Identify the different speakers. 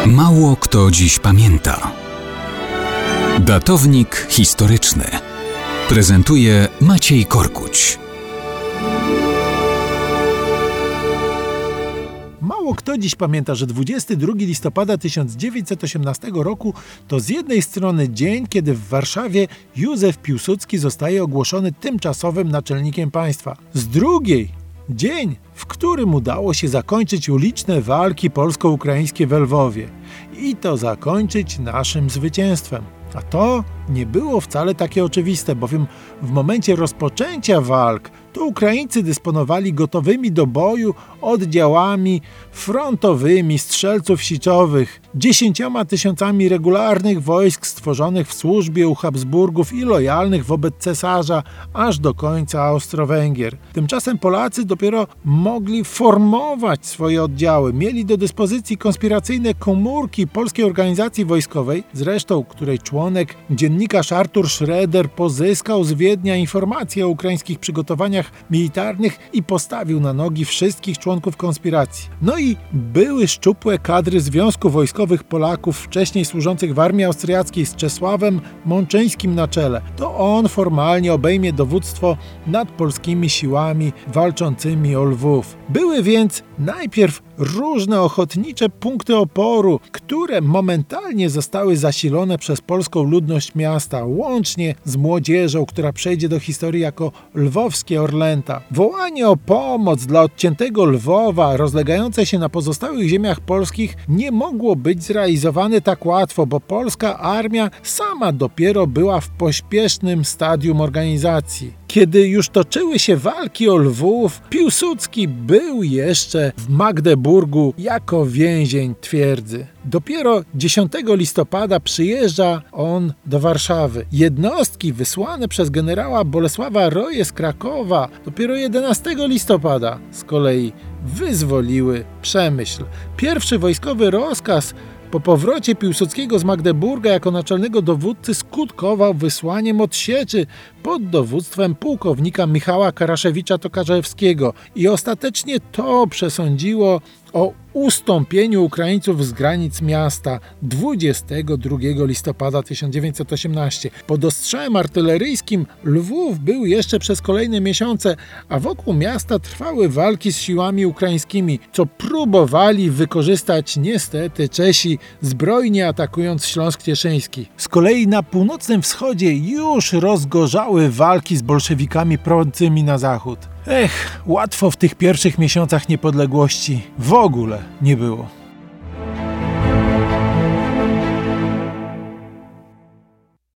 Speaker 1: Mało kto dziś pamięta. Datownik historyczny prezentuje Maciej Korkuć.
Speaker 2: Mało kto dziś pamięta, że 22 listopada 1918 roku to z jednej strony dzień, kiedy w Warszawie Józef Piłsudski zostaje ogłoszony tymczasowym naczelnikiem państwa. Z drugiej dzień, w którym udało się zakończyć uliczne walki polsko-ukraińskie we Lwowie. I to zakończyć naszym zwycięstwem. A to nie było wcale takie oczywiste, bowiem w momencie rozpoczęcia walk to Ukraińcy dysponowali gotowymi do boju oddziałami frontowymi strzelców siczowych, 10 tysiącami regularnych wojsk stworzonych w służbie u Habsburgów i lojalnych wobec cesarza aż do końca Austro-Węgier. Tymczasem Polacy dopiero mogli formować swoje oddziały. Mieli do dyspozycji konspiracyjne komórki Polskiej Organizacji Wojskowej, zresztą której członek, dziennikarz Artur Schroeder, pozyskał z Wiednia informacje o ukraińskich przygotowaniach militarnych i postawił na nogi wszystkich członków konspiracji. No i były szczupłe kadry Związku Wojskowych Polaków, wcześniej służących w armii austriackiej z Czesławem Mączyńskim na czele. To on formalnie obejmie dowództwo nad polskimi siłami walczącymi o Lwów. Były więc najpierw różne ochotnicze punkty oporu, które momentalnie zostały zasilone przez polską ludność miasta, łącznie z młodzieżą, która przejdzie do historii jako lwowskie Orlęta. Wołanie o pomoc dla odciętego Lwowa, rozlegające się na pozostałych ziemiach polskich, nie mogło być zrealizowane tak łatwo, bo polska armia sama dopiero była w pośpiesznym stadium organizacji. Kiedy już toczyły się walki o Lwów, Piłsudski był jeszcze w Magdeburgu jako więzień twierdzy. Dopiero 10 listopada przyjeżdża on do Warszawy. Jednostki wysłane przez generała Bolesława Roję z Krakowa dopiero 11 listopada z kolei wyzwoliły Przemyśl. Pierwszy wojskowy rozkaz po powrocie Piłsudskiego z Magdeburga jako naczelnego dowódcy skutkował wysłaniem odsieczy pod dowództwem pułkownika Michała Karaszewicza-Tokarzewskiego i ostatecznie to przesądziło o ustąpieniu Ukraińców z granic miasta 22 listopada 1918. Pod ostrzałem artyleryjskim Lwów był jeszcze przez kolejne miesiące, a wokół miasta trwały walki z siłami ukraińskimi, co próbowali wykorzystać niestety Czesi, zbrojnie atakując Śląsk Cieszyński. Z kolei na północnym wschodzie już rozgorzały walki z bolszewikami prącymi na zachód. Łatwo w tych pierwszych miesiącach niepodległości w ogóle nie było.